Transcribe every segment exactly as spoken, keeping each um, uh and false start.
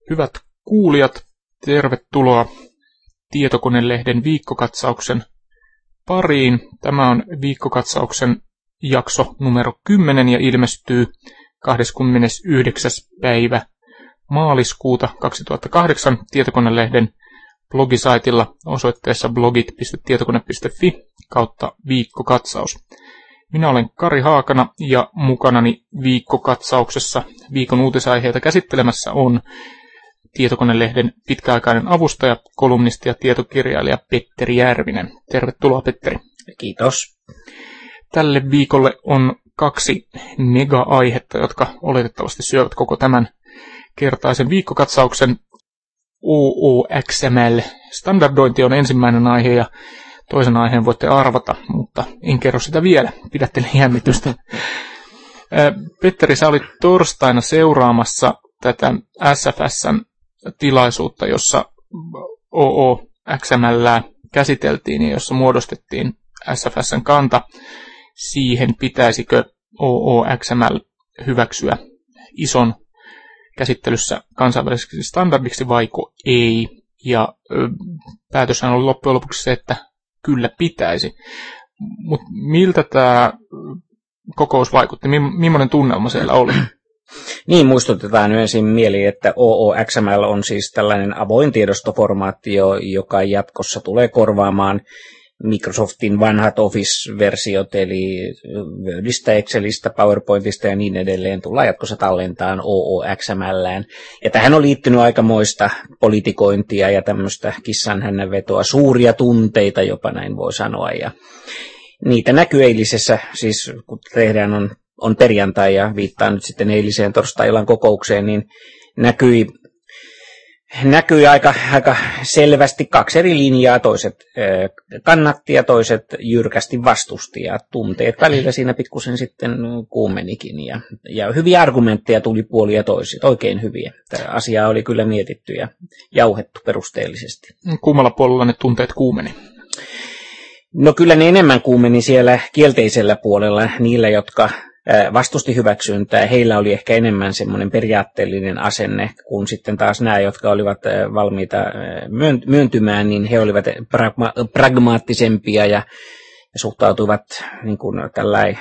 Hyvät kuulijat, tervetuloa Tietokonelehden viikkokatsauksen pariin. Tämä on viikkokatsauksen jakso numero kymmenen ja ilmestyy kahdeskymmenesyhdeksäs päivä maaliskuuta kaksituhattakahdeksan Tietokonelehden blogisaitilla osoitteessa blogit piste tietokone piste fi kautta viikkokatsaus. Minä olen Kari Haakana ja mukanani viikkokatsauksessa viikon uutisaiheita käsittelemässä on Tietokonelehden pitkäaikainen avustaja, kolumnisti ja tietokirjailija Petteri Järvinen. Tervetuloa, Petteri. Kiitos. Tälle viikolle on kaksi mega-aihetta, jotka oletettavasti syövät koko tämän kertaisen viikkokatsauksen. O O X M L-standardointi on ensimmäinen aihe ja toisen aiheen voitte arvata, mutta en kerro sitä vielä. Pidättelen jännitystä. Petteri, sä olit torstaina seuraamassa tätä S F S:n tilaisuutta, jossa O O X M L käsiteltiin ja jossa muodostettiin S F S:n kanta siihen, pitäisikö O O X M L hyväksyä ison käsittelyssä kansainväliseksi standardiksi vaiko ei. Ja ö, päätöshän oli loppujen lopuksi se, että kyllä pitäisi. Mutta miltä tämä kokous vaikutti? Millainen tunnelma siellä oli? Niin, muistutetaan ensin mieliin, että O O X M L on siis tällainen avoin tiedostoformaatti, joka jatkossa tulee korvaamaan Microsoftin vanhat Office-versiot, eli Wordista, Excelistä, PowerPointista ja niin edelleen tullaan jatkossa tallentaan O O X M L:ään. Ja tähän on liittynyt aikamoista politikointia ja tämmöistä kissanhännänvetoa, suuria tunteita jopa näin voi sanoa. Ja niitä näkyy eilisessä, siis kun tehdään on, on perjantai ja viittaan nyt sitten eiliseen torstai-illan kokoukseen, niin näkyi Näkyi aika, aika selvästi kaksi eri linjaa, toiset ö, kannatti ja toiset jyrkästi vastusti ja tunteet välillä siinä pikkusen sitten kuumenikin ja, ja hyviä argumentteja tuli puolia ja toiset, oikein hyviä. Tämä asia oli kyllä mietitty ja jauhettu perusteellisesti. Kummalla puolella ne tunteet kuumeni? No kyllä ne enemmän kuumeni siellä kielteisellä puolella niillä, jotka vastusti hyväksyntää. Heillä oli ehkä enemmän semmoinen periaatteellinen asenne, kun sitten taas nämä, jotka olivat valmiita myöntymään, niin he olivat pragma- pragmaattisempia ja, ja suhtautuivat niin kuin tällainen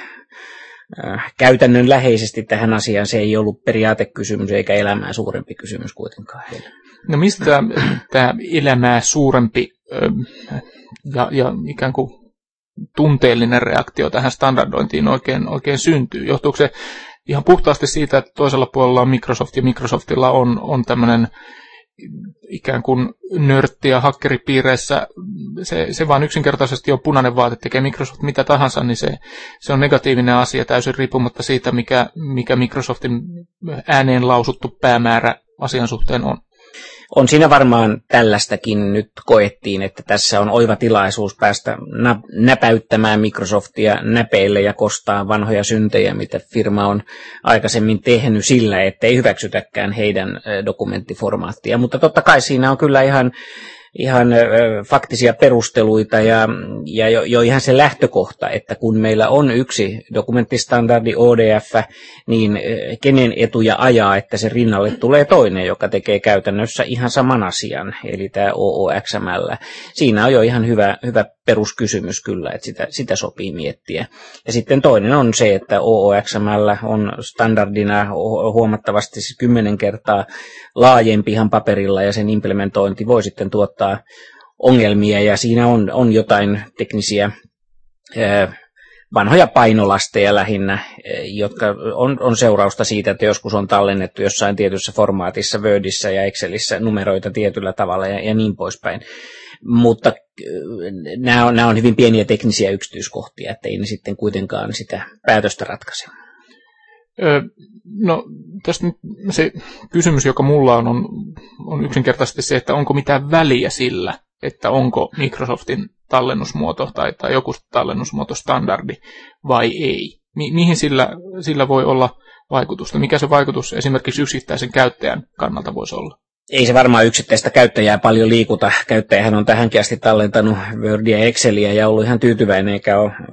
äh, käytännönläheisesti tähän asiaan. Se ei ollut periaatekysymys eikä elämää suurempi kysymys kuitenkaan heille. No mistä tämä elämää suurempi äh, ja, ja ikään kuin tunteellinen reaktio tähän standardointiin oikein, oikein syntyy? Johtuuko se ihan puhtaasti siitä, että toisella puolella on Microsoft ja Microsoftilla on, on tämmöinen ikään kuin nörtti- ja hakkeripiireissä, se, se vaan yksinkertaisesti on punainen vaate, tekee Microsoft mitä tahansa, niin se, se on negatiivinen asia täysin riippumatta siitä, mikä, mikä Microsoftin ääneen lausuttu päämäärä asian suhteen on. On siinä varmaan tällaistakin nyt koettiin, että tässä on oiva tilaisuus päästä näpäyttämään Microsoftia näpeille ja kostaa vanhoja syntejä, mitä firma on aikaisemmin tehnyt sillä, että ei hyväksytäkään heidän dokumenttiformaattia. Mutta totta kai siinä on kyllä ihan, ihan faktisia perusteluita ja, ja jo, jo ihan se lähtökohta, että kun meillä on yksi dokumenttistandardi O D F, niin kenen etuja ajaa, että se rinnalle tulee toinen, joka tekee käytännössä ihan saman asian, eli tämä O O X M L. Siinä on jo ihan hyvä, hyvä peruskysymys kyllä, että sitä, sitä sopii miettiä. Ja sitten toinen on se, että O O X M L on standardina huomattavasti siis kymmenen kertaa laajempi ihan paperilla, ja sen implementointi voi sitten tuottaa ongelmia, ja siinä on, on jotain teknisiä ää, vanhoja painolasteja lähinnä, jotka on, on seurausta siitä, että joskus on tallennettu jossain tietyssä formaatissa, Wordissä ja Excelissä numeroita tietyllä tavalla ja, ja niin poispäin. Mutta nämä on, nämä on hyvin pieniä teknisiä yksityiskohtia, että ei ne sitten kuitenkaan sitä päätöstä ratkaise. Öö, no tästä se kysymys, joka mulla on, on, on yksinkertaisesti se, että onko mitään väliä sillä, että onko Microsoftin tallennusmuoto tai, tai joku tallennusmuoto standardi vai ei. Mi- mihin sillä, sillä voi olla vaikutusta? Mikä se vaikutus esimerkiksi yksittäisen käyttäjän kannalta voisi olla? Ei se varmaan yksittäistä käyttäjää paljon liikuta. Käyttäjähän on tähänkin asti tallentanut Wordia ja Excelia ja ollut ihan tyytyväinen, eikä ole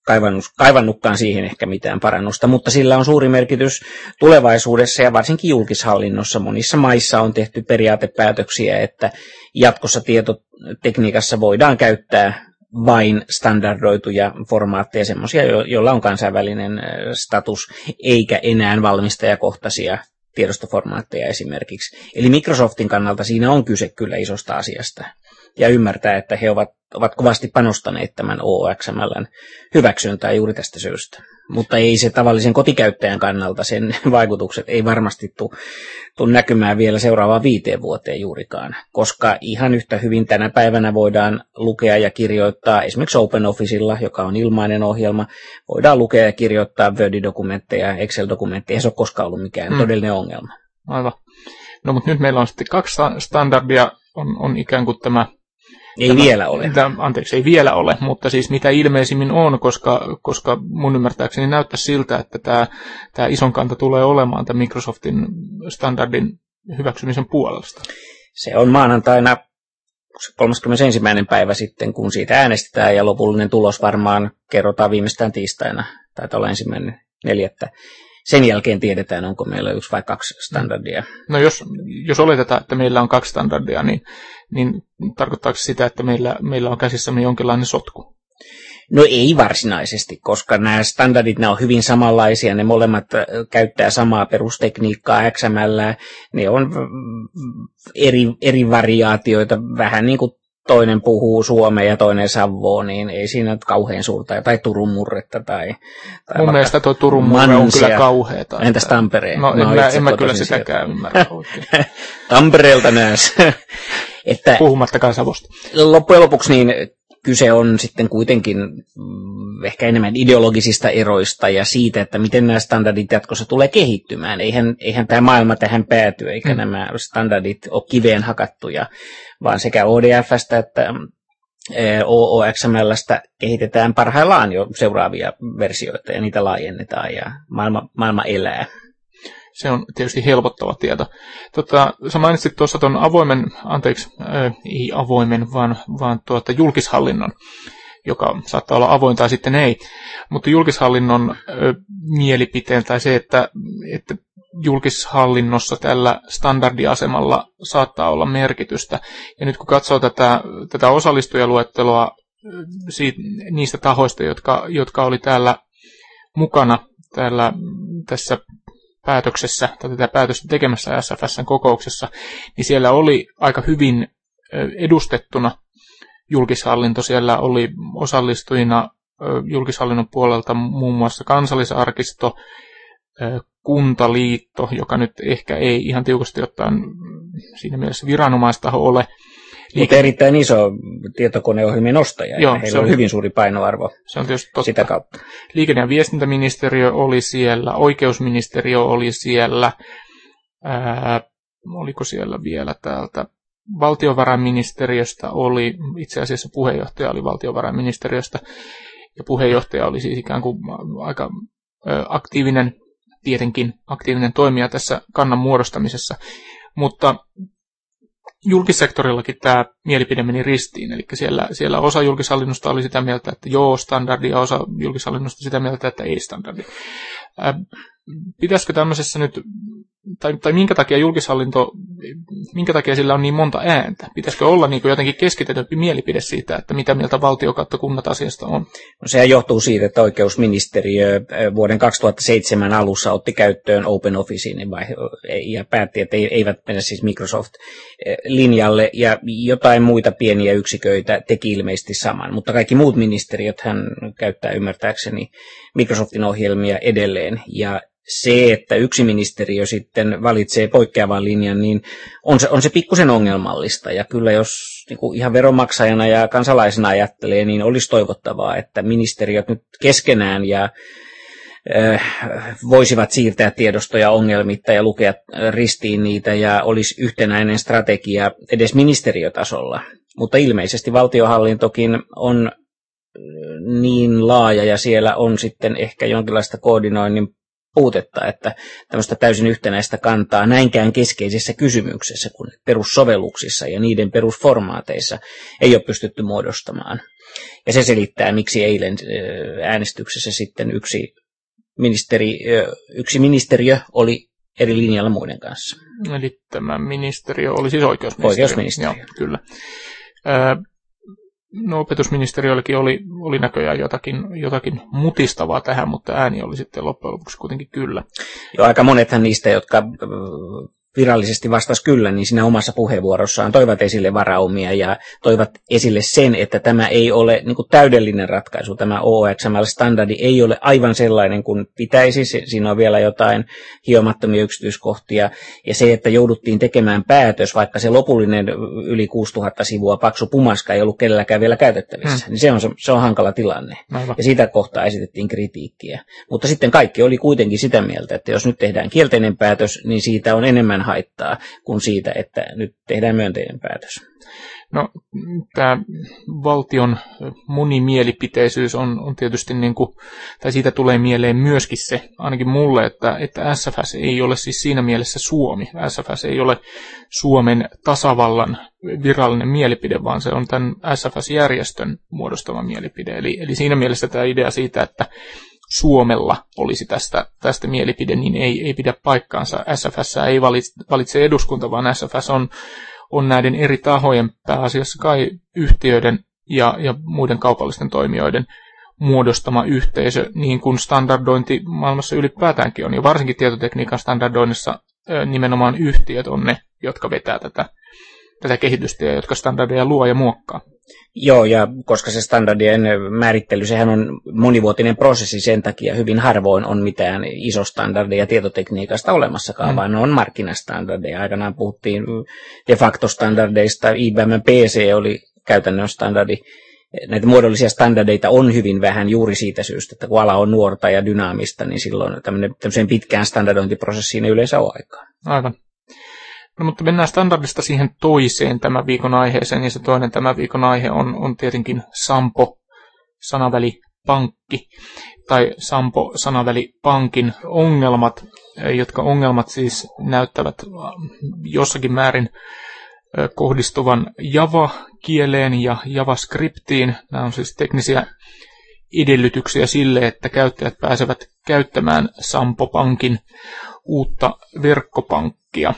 kaivannut, kaivannutkaan siihen ehkä mitään parannusta, mutta sillä on suuri merkitys tulevaisuudessa ja varsinkin julkishallinnossa. Monissa maissa on tehty periaatepäätöksiä, että jatkossa tietotekniikassa voidaan käyttää vain standardoituja formaatteja, semmoisia, joilla on kansainvälinen status, eikä enää valmistajakohtaisia tiedostoformaatteja esimerkiksi. Eli Microsoftin kannalta siinä on kyse kyllä isosta asiasta. Ja ymmärtää, että he ovat, ovat kovasti panostaneet tämän O O X M L:n hyväksyntää juuri tästä syystä. Mutta ei se tavallisen kotikäyttäjän kannalta, sen vaikutukset ei varmasti tule näkymään vielä seuraavaan viiteen vuoteen juurikaan, koska ihan yhtä hyvin tänä päivänä voidaan lukea ja kirjoittaa, esimerkiksi OpenOfficella, joka on ilmainen ohjelma, voidaan lukea ja kirjoittaa Word-dokumentteja, Excel-dokumentteja, ei se ole koskaan ollut mikään hmm. todellinen ongelma. Aivan. No mutta nyt meillä on sitten kaksi standardia, on, on ikään kuin tämä... Ei tämä, vielä ole. Tämä, anteeksi, ei vielä ole, mutta siis mitä ilmeisimmin on, koska, koska mun ymmärtääkseni näyttää siltä, että tämä, tämä ison kanta tulee olemaan tämän Microsoftin standardin hyväksymisen puolesta. Se on maanantaina kolmaskymmenesensimmäinen päivä sitten, kun siitä äänestetään, ja lopullinen tulos varmaan kerrotaan viimeistään tiistaina, taitaa olla ensimmäinen neljättä. Sen jälkeen tiedetään, onko meillä yksi vai kaksi standardia. No jos, jos oletetaan, että meillä on kaksi standardia, niin, niin tarkoittaako se sitä, että meillä, meillä on käsissämme jonkinlainen sotku? No ei varsinaisesti, koska nämä standardit nämä on hyvin samanlaisia. Ne molemmat käyttää samaa perustekniikkaa X M L. Ne on eri, eri variaatioita, vähän niin kuin toinen puhuu suomea ja toinen savoo, niin ei siinä ole kauhean suurta, tai Turun murretta. Tai, tai mun mielestä tuo Turun murre on kyllä kauheata. Entäs Tampereen? No, en mä, en mä kyllä sitäkään ymmärrä oikein. Tampereelta näes. Että puhumattakaan Savosta. Loppujen lopuksi niin kyse on sitten kuitenkin mm, ehkä enemmän ideologisista eroista ja siitä, että miten nämä standardit jatkossa tulee kehittymään. Eihän, eihän tämä maailma tähän pääty, eikä hmm. nämä standardit ole kiveen hakattuja, vaan sekä O D F:stä että O O X M L:stä kehitetään parhaillaan jo seuraavia versioita ja niitä laajennetaan ja maailma, maailma elää. Se on tietysti helpottava tieto. Tota, sä mainitsit tuossa tuon avoimen, anteeksi, äh, ei avoimen, vaan, vaan tuota julkishallinnon, joka saattaa olla avoin tai sitten ei. Mutta julkishallinnon äh, mielipiteen tai se, että, että julkishallinnossa tällä standardiasemalla saattaa olla merkitystä. Ja nyt kun katsoo tätä, tätä osallistujaluetteloa siitä, niistä tahoista, jotka, jotka oli täällä mukana täällä, tässä päätöksessä, tai tätä päätöstä tekemässä S F S:n kokouksessa, niin siellä oli aika hyvin edustettuna julkishallinto. Siellä oli osallistujina julkishallinnon puolelta muun muassa Kansallisarkisto, Kuntaliitto, joka nyt ehkä ei ihan tiukasti ottaen siinä mielessä viranomaistaho ole. Liike... Mutta erittäin iso tietokoneohjelmien ostaja, Joo, ja heillä on, on hyvin suuri painoarvo se on tietysti totta. Sitä kautta. Liikenne- ja viestintäministeriö oli siellä, oikeusministeriö oli siellä, ää, oliko siellä vielä täältä, valtiovarainministeriöstä oli, itse asiassa puheenjohtaja oli valtiovarainministeriöstä, ja puheenjohtaja oli siis ikään kuin aika ää, aktiivinen, tietenkin aktiivinen toimija tässä kannan muodostamisessa, mutta julkissektorillakin tämä mielipide meni ristiin, eli siellä, siellä osa julkishallinnosta oli sitä mieltä, että joo standardi, ja osa julkishallinnosta sitä mieltä, että ei standardi. Äh, pitäisikö tämmöisessä nyt, tai, tai minkä takia julkishallinto, minkä takia sillä on niin monta ääntä? Pitäisikö olla niin kuin jotenkin keskitetympi mielipide siitä, että mitä mieltä valtio kautta kunnat asiasta on? No, sehän johtuu siitä, että oikeusministeriö vuoden kaksituhattaseitsemän alussa otti käyttöön OpenOfficein ja päätti, että eivät mennä siis Microsoft-linjalle, ja jotain muita pieniä yksiköitä teki ilmeisesti saman, mutta kaikki muut ministeriöt hän käyttää ymmärtääkseni Microsoftin ohjelmia edelleen, ja se, että yksi ministeriö sitten valitsee poikkeavan linjan, niin on se, on se pikkusen ongelmallista. Ja kyllä jos niin kuin ihan veronmaksajana ja kansalaisena ajattelee, niin olisi toivottavaa, että ministeriöt nyt keskenään ja äh, voisivat siirtää tiedostoja ongelmitta ja lukea ristiin niitä ja olisi yhtenäinen strategia edes ministeriötasolla. Mutta ilmeisesti valtiohallintokin on niin laaja ja siellä on sitten ehkä jonkinlaista koordinoinnin puutetta, että tämmöistä täysin yhtenäistä kantaa näinkään keskeisessä kysymyksessä kuin perussovelluksissa ja niiden perusformaateissa ei ole pystytty muodostamaan. Ja se selittää, miksi eilen äänestyksessä sitten yksi, ministeri, yksi ministeriö oli eri linjalla muiden kanssa. Eli tämä ministeriö oli siis oikeusministeriö. Oikeusministeriö. Joo, kyllä. Öö, no, opetusministeriölläkin oli, oli näköjään jotakin, jotakin mutistavaa tähän, mutta ääni oli sitten loppujen lopuksi kuitenkin kyllä. Joo, aika monethan niistä, jotka virallisesti vastasi kyllä, niin siinä omassa puheenvuorossaan toivat esille varaumia ja toivat esille sen, että tämä ei ole niin kuin täydellinen ratkaisu. Tämä O O X M L-standardi ei ole aivan sellainen kuin pitäisi. Siinä on vielä jotain hiomattomia yksityiskohtia. Ja se, että jouduttiin tekemään päätös, vaikka se lopullinen yli kuusituhatta sivua paksu pumaska ei ollut kenelläkään vielä käytettävissä, hmm. niin se on, se on hankala tilanne. Aivan. Ja siitä kohtaa esitettiin kritiikkiä. Mutta sitten kaikki oli kuitenkin sitä mieltä, että jos nyt tehdään kielteinen päätös, niin siitä on enemmän haittaa kuin siitä, että nyt tehdään myönteinen päätös. No, tämä valtion monimielipiteisyys on, on tietysti, niin kuin, tai siitä tulee mieleen myöskin se, ainakin mulle, että, että S F S ei ole siis siinä mielessä Suomi. S F S ei ole Suomen tasavallan virallinen mielipide, vaan se on tämän S F S-järjestön muodostama mielipide. Eli, eli siinä mielessä tämä idea siitä, että Suomella olisi tästä, tästä mielipide, niin ei, ei pidä paikkaansa. S F S ei valitse, valitse eduskunta, vaan S F S on, on näiden eri tahojen, pääasiassa kai yhtiöiden ja, ja muiden kaupallisten toimijoiden muodostama yhteisö, niin kuin standardointi maailmassa ylipäätäänkin on. Ja varsinkin tietotekniikan standardoinnissa nimenomaan yhtiöt on ne, jotka vetää tätä, tätä kehitystä ja jotka standardeja luo ja muokkaa. Joo, ja koska se standardien määrittely, sehän on monivuotinen prosessi, sen takia hyvin harvoin on mitään isostandardeja tietotekniikasta olemassakaan, mm. vaan ne on markkinastandardeja. Aikanaan puhuttiin de facto standardeista, I B M P C oli käytännön standardi. Näitä muodollisia standardeita on hyvin vähän juuri siitä syystä, että kun ala on nuorta ja dynaamista, niin silloin tämmöiseen pitkään standardointiprosessiin ei yleensä ole aikaa. Aivan. No, mutta mennään standardista siihen toiseen tämän viikon aiheeseen, ja se toinen tämän viikon aihe on, on tietenkin Sampo, sanaväli pankki, tai Sampo, sanaväli pankin ongelmat, jotka ongelmat siis näyttävät jossakin määrin kohdistuvan Java-kieleen ja JavaScriptiin. Nämä on siis teknisiä edellytyksiä sille, että käyttäjät pääsevät käyttämään Sampo Pankin uutta verkkopankkia.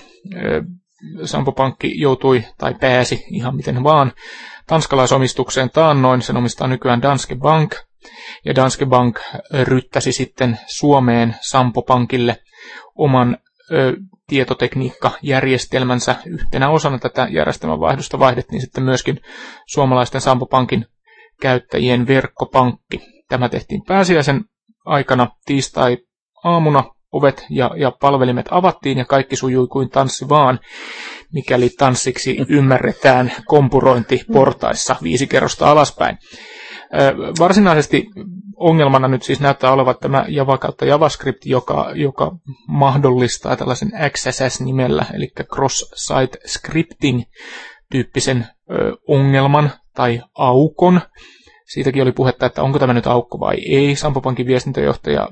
Sampo Pankki joutui tai pääsi ihan miten vaan tanskalaisomistukseen taannoin. Sen omistaa nykyään Danske Bank. Ja Danske Bank ryttäsi sitten Suomeen Sampo Pankille oman ö, tietotekniikkajärjestelmänsä. Yhtenä osana tätä järjestelmänvaihdosta vaihdettiin sitten myöskin suomalaisten Sampo Pankin käyttäjien verkkopankki. Tämä tehtiin pääsiäisen aikana tiistai-aamuna. Ovet ja, ja palvelimet avattiin ja kaikki sujui kuin tanssi vaan, mikäli tanssiksi ymmärretään kompurointi portaissa viisi kerrosta alaspäin. Ö, varsinaisesti ongelmana nyt siis näyttää olevan tämä Java kautta JavaScript, joka, joka mahdollistaa tällaisen X S S-nimellä, eli Cross-Site Scripting-tyyppisen ö, ongelman tai aukon. Siitäkin oli puhetta, että onko tämä nyt aukko vai ei. Sampo Pankin viestintäjohtaja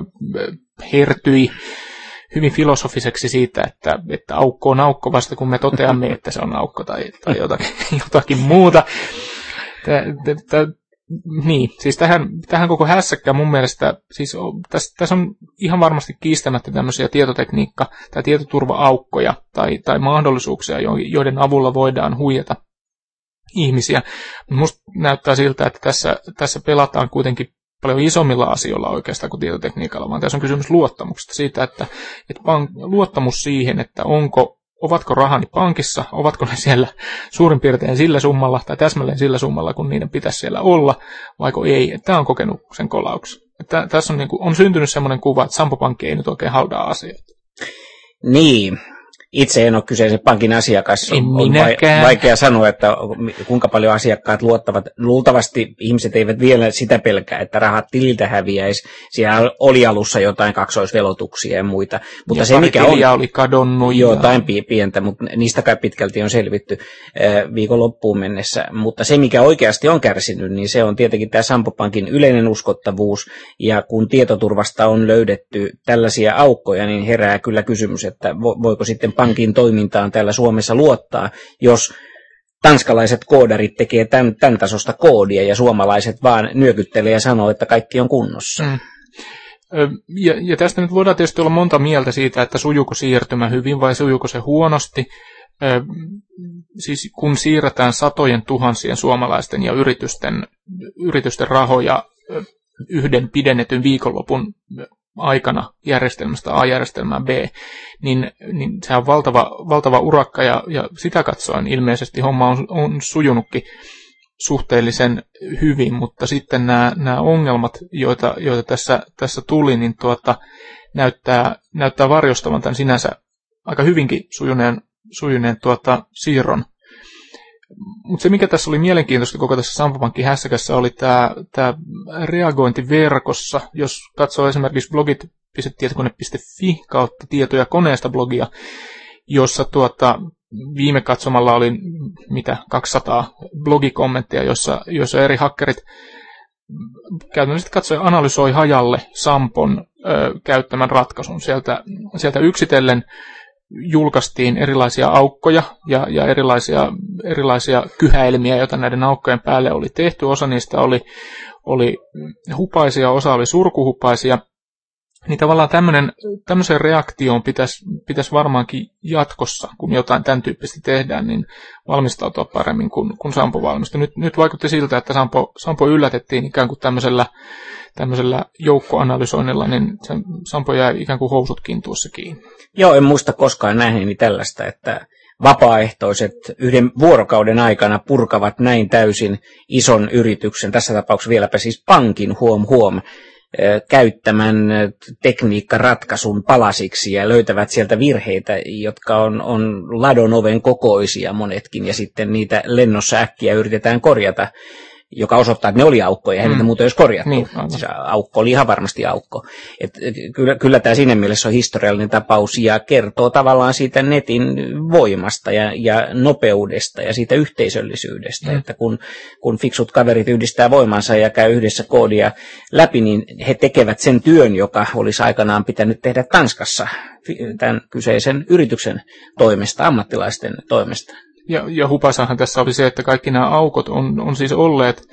hertyi hyvin filosofiseksi siitä, että, että aukko on aukko vasta kun me toteamme, että se on aukko tai, tai jotakin, jotakin muuta. Tää, tää, niin, siis tähän, tähän koko hässäkkään mun mielestä, siis tässä, tässä on ihan varmasti kiistämättä tämmöisiä tietotekniikka- tai tietoturva-aukkoja tai, tai mahdollisuuksia, joiden avulla voidaan huijata ihmisiä. Musta näyttää siltä, että tässä, tässä pelataan kuitenkin paljon isommilla asioilla oikeastaan kuin tietotekniikalla, vaan tässä on kysymys luottamuksesta siitä, että, että pank, luottamus siihen, että onko, ovatko rahani pankissa, ovatko ne siellä suurin piirtein sillä summalla tai täsmälleen sillä summalla, kun niiden pitäisi siellä olla, vaiko ei. Tämä on kokenut sen kolauksen. Että tässä on, niin kuin, on syntynyt sellainen kuva, että Sampo Pankki ei nyt oikein haudaa asioita. Niin. Itse en ole kyseisen pankin asiakas. En on minäkään. Vaikea sanoa, että kuinka paljon asiakkaat luottavat. Luultavasti ihmiset eivät vielä sitä pelkää, että rahat tililtä häviäisi. Siellä oli alussa jotain kaksoisvelotuksia ja muita. Mutta ja se, mikä on, oli kadonnut. Jotain ja... pientä, mutta niistä kai pitkälti on selvitty viikon loppuun mennessä. Mutta se, mikä oikeasti on kärsinyt, niin se on tietenkin tämä Sampo Pankin yleinen uskottavuus. Ja kun tietoturvasta on löydetty tällaisia aukkoja, niin herää kyllä kysymys, että voiko sitten pankin toimintaan täällä Suomessa luottaa, jos tanskalaiset koodarit tekee tämän, tämän tasosta koodia ja suomalaiset vaan nyökyttelee ja sanoo, että kaikki on kunnossa. Mm. Ja, ja tästä nyt voidaan tietysti olla monta mieltä siitä, että sujuuko siirtymä hyvin vai sujuuko se huonosti. Siis kun siirretään satojen tuhansien suomalaisten ja yritysten, yritysten rahoja yhden pidennetyn viikonlopun aikana järjestelmästä A järjestelmään B, niin, niin se on valtava, valtava urakka ja, ja sitä katsoen ilmeisesti homma on, on sujunutkin suhteellisen hyvin, mutta sitten nämä, nämä ongelmat, joita, joita tässä, tässä tuli, niin tuota, näyttää, näyttää varjostavan tämän sinänsä aika hyvinkin sujuneen, sujuneen tuota, siirron. Mutta se, mikä tässä oli mielenkiintoista koko tässä Sampo Pankin hässäkässä, oli tämä, tämä reagointi verkossa. Jos katsoo esimerkiksi blogit piste tietokone piste fi kautta tietoja koneesta blogia, jossa tuota, viime katsomalla oli mitä kaksisataa blogikommenttia, jossa, jossa eri hakkerit käytännössä katsoen analysoi hajalle Sampon ö, käyttämän ratkaisun. Sieltä, sieltä yksitellen julkaistiin erilaisia aukkoja ja, ja erilaisia, erilaisia kyhäilmiä, joita näiden aukkojen päälle oli tehty. Osa niistä oli, oli hupaisia, osa oli surkuhupaisia. Niin tavallaan tämmöiseen reaktioon pitäisi, pitäisi varmaankin jatkossa, kun jotain tämän tyyppistä tehdään, niin valmistautua paremmin kuin, kuin Sampo valmistui. Nyt, nyt vaikutti siltä, että Sampo, Sampo yllätettiin ikään kuin tämmöisellä, tämmöisellä joukkoanalysoinnilla, niin se, Sampo jäi ikään kuin housutkin tuossa kiinni. Joo, en muista koskaan nähneeni tällaista, että vapaaehtoiset yhden vuorokauden aikana purkavat näin täysin ison yrityksen, tässä tapauksessa vieläpä siis pankin huom huom, käyttämän tekniikkaratkaisun palasiksi ja löytävät sieltä virheitä, jotka on, on ladon oven kokoisia monetkin, ja sitten niitä lennossa äkkiä yritetään korjata, joka osoittaa, että ne oli aukkoja, ja mm. niitä muuten ei olisi korjattu. Niin, siis aukko oli ihan varmasti aukko. Et, et, kyllä, kyllä tämä siinä mielessä on historiallinen tapaus, ja kertoo tavallaan siitä netin voimasta ja, ja nopeudesta ja siitä yhteisöllisyydestä, mm. että kun, kun fiksut kaverit yhdistää voimansa ja käy yhdessä koodia läpi, niin he tekevät sen työn, joka olisi aikanaan pitänyt tehdä Tanskassa tämän kyseisen yrityksen toimesta, ammattilaisten toimesta. Ja, ja hupasahan tässä oli se, että kaikki nämä aukot on, on siis olleet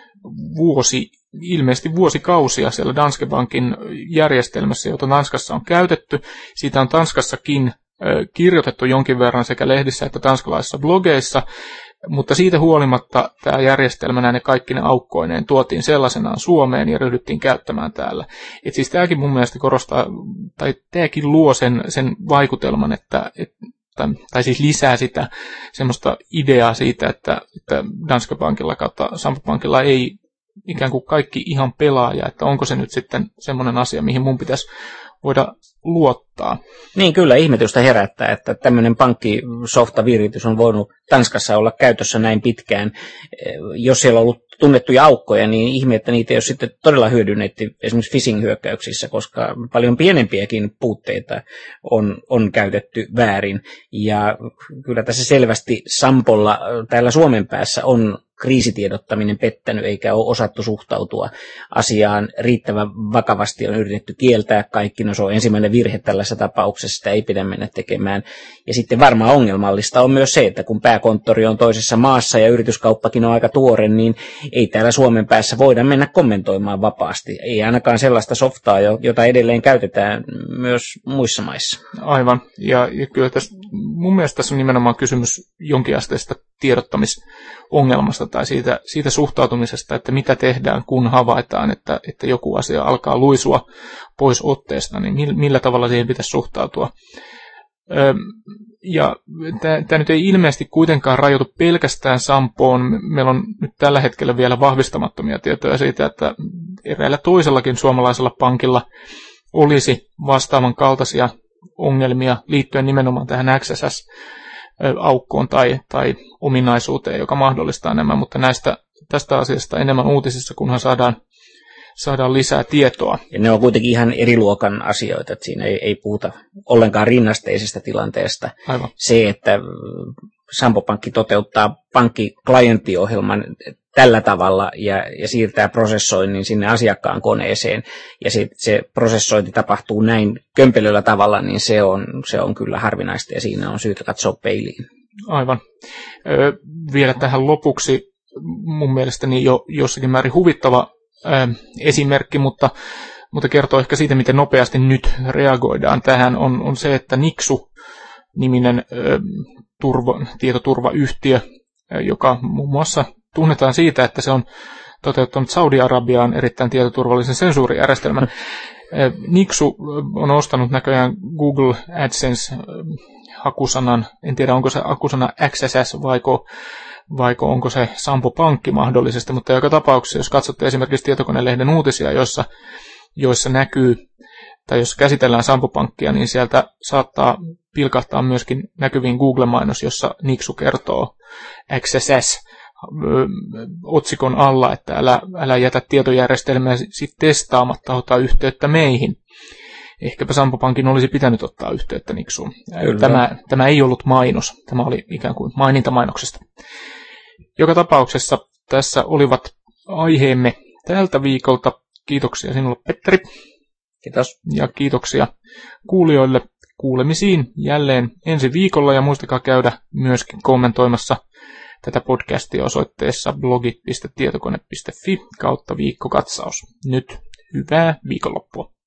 vuosi, ilmeisesti vuosikausia siellä Danske Bankin järjestelmässä, jota Tanskassa on käytetty. Siitä on Tanskassakin ö, kirjoitettu jonkin verran sekä lehdissä että tanskalaisissa blogeissa, mutta siitä huolimatta tämä järjestelmä näine kaikki ne aukkoineen tuotiin sellaisenaan Suomeen ja ryhdyttiin käyttämään täällä. Et siis tämäkin mun mielestä korostaa, tai tämäkin luo sen, sen vaikutelman, että et, Tai, tai siis lisää sitä semmoista ideaa siitä, että, että Danske Bankilla kautta Sampo Pankilla ei ikään kuin kaikki ihan pelaa, ja että onko se nyt sitten semmoinen asia, mihin mun pitäisi voida luottaa. Niin kyllä, ihmetystä herättää, että tämmöinen pankkisoftaviritys on voinut Tanskassa olla käytössä näin pitkään. Jos siellä on ollut tunnettuja aukkoja, niin ihme, että niitä ei ole sitten todella hyödynnetty esimerkiksi phishing-hyökkäyksissä, koska paljon pienempiäkin puutteita on, on käytetty väärin. Ja kyllä tässä selvästi Sampolla täällä Suomen päässä on kriisitiedottaminen pettänyt, eikä ole osattu suhtautua asiaan riittävän vakavasti, on yritetty kieltää kaikki, no se on ensimmäinen virhe tällaisessa tapauksessa, sitä ei pidä mennä tekemään. Ja sitten varmaan ongelmallista on myös se, että kun pääkonttori on toisessa maassa ja yrityskauppakin on aika tuore, niin ei täällä Suomen päässä voida mennä kommentoimaan vapaasti. Ei ainakaan sellaista softaa, jota edelleen käytetään myös muissa maissa. Aivan, ja, ja kyllä tässä, mun mielestä tässä on nimenomaan kysymys jonkinasteista tiedottamisongelmasta tai siitä, siitä suhtautumisesta, että mitä tehdään, kun havaitaan, että, että joku asia alkaa luisua pois otteesta, niin millä tavalla siihen pitäisi suhtautua. Öm, ja tämä nyt ei ilmeisesti kuitenkaan rajoitu pelkästään Sampoon. Meillä on nyt tällä hetkellä vielä vahvistamattomia tietoja siitä, että eräällä toisellakin suomalaisella pankilla olisi vastaavan kaltaisia ongelmia liittyen nimenomaan tähän X S S-aukkoon tai, tai ominaisuuteen, joka mahdollistaa nämä, mutta näistä, tästä asiasta enemmän uutisissa, kunhan saadaan, saadaan lisää tietoa. Ja ne on kuitenkin ihan eri luokan asioita, että siinä ei, ei puhuta ollenkaan rinnasteisesta tilanteesta. Aivan. Se, että Sampo Pankki toteuttaa pankkiklienttiohjelman tällä tavalla ja, ja siirtää prosessoinnin sinne asiakkaan koneeseen, ja se, se prosessointi tapahtuu näin kömpelöllä tavalla, niin se on, se on kyllä harvinaista, ja siinä on syytä katsoa peiliin. Aivan. Ö, vielä tähän lopuksi mun mielestäni jo jossakin määrin huvittava ö, esimerkki, mutta, mutta kertoo ehkä siitä, miten nopeasti nyt reagoidaan tähän, on, on se, että Nixu-niminen ö, turva, tietoturvayhtiö, joka muun muassa tunnetaan siitä, että se on toteuttanut Saudi-Arabiaan erittäin tietoturvallisen sensuurijärjestelmän. Nixu on ostanut näköjään Google AdSense-hakusanan, en tiedä onko se hakusana X S S vaiko, vaiko onko se Sampo Pankki mahdollisesti, mutta joka tapauksessa, jos katsotte esimerkiksi Tietokonelehden uutisia, joissa, joissa näkyy, tai jos käsitellään Sampo Pankkia, niin sieltä saattaa pilkahtaa myöskin näkyviin Google-mainos, jossa Nixu kertoo X S S otsikon alla, että älä, älä jätä tietojärjestelmää sit testaamatta, ota yhteyttä meihin. Ehkäpä Sampo Pankin olisi pitänyt ottaa yhteyttä Nixuun. Tämä, tämä ei ollut mainos, tämä oli ikään kuin maininta mainoksesta. Joka tapauksessa tässä olivat aiheemme tältä viikolta. Kiitoksia sinulle, Petteri. Kiitos. Ja kiitoksia kuulijoille. Kuulemisiin jälleen ensi viikolla, ja muistakaa käydä myöskin kommentoimassa tätä podcastia osoitteessa blogi piste tietokone piste fi kautta viikkokatsaus. Nyt hyvää viikonloppua.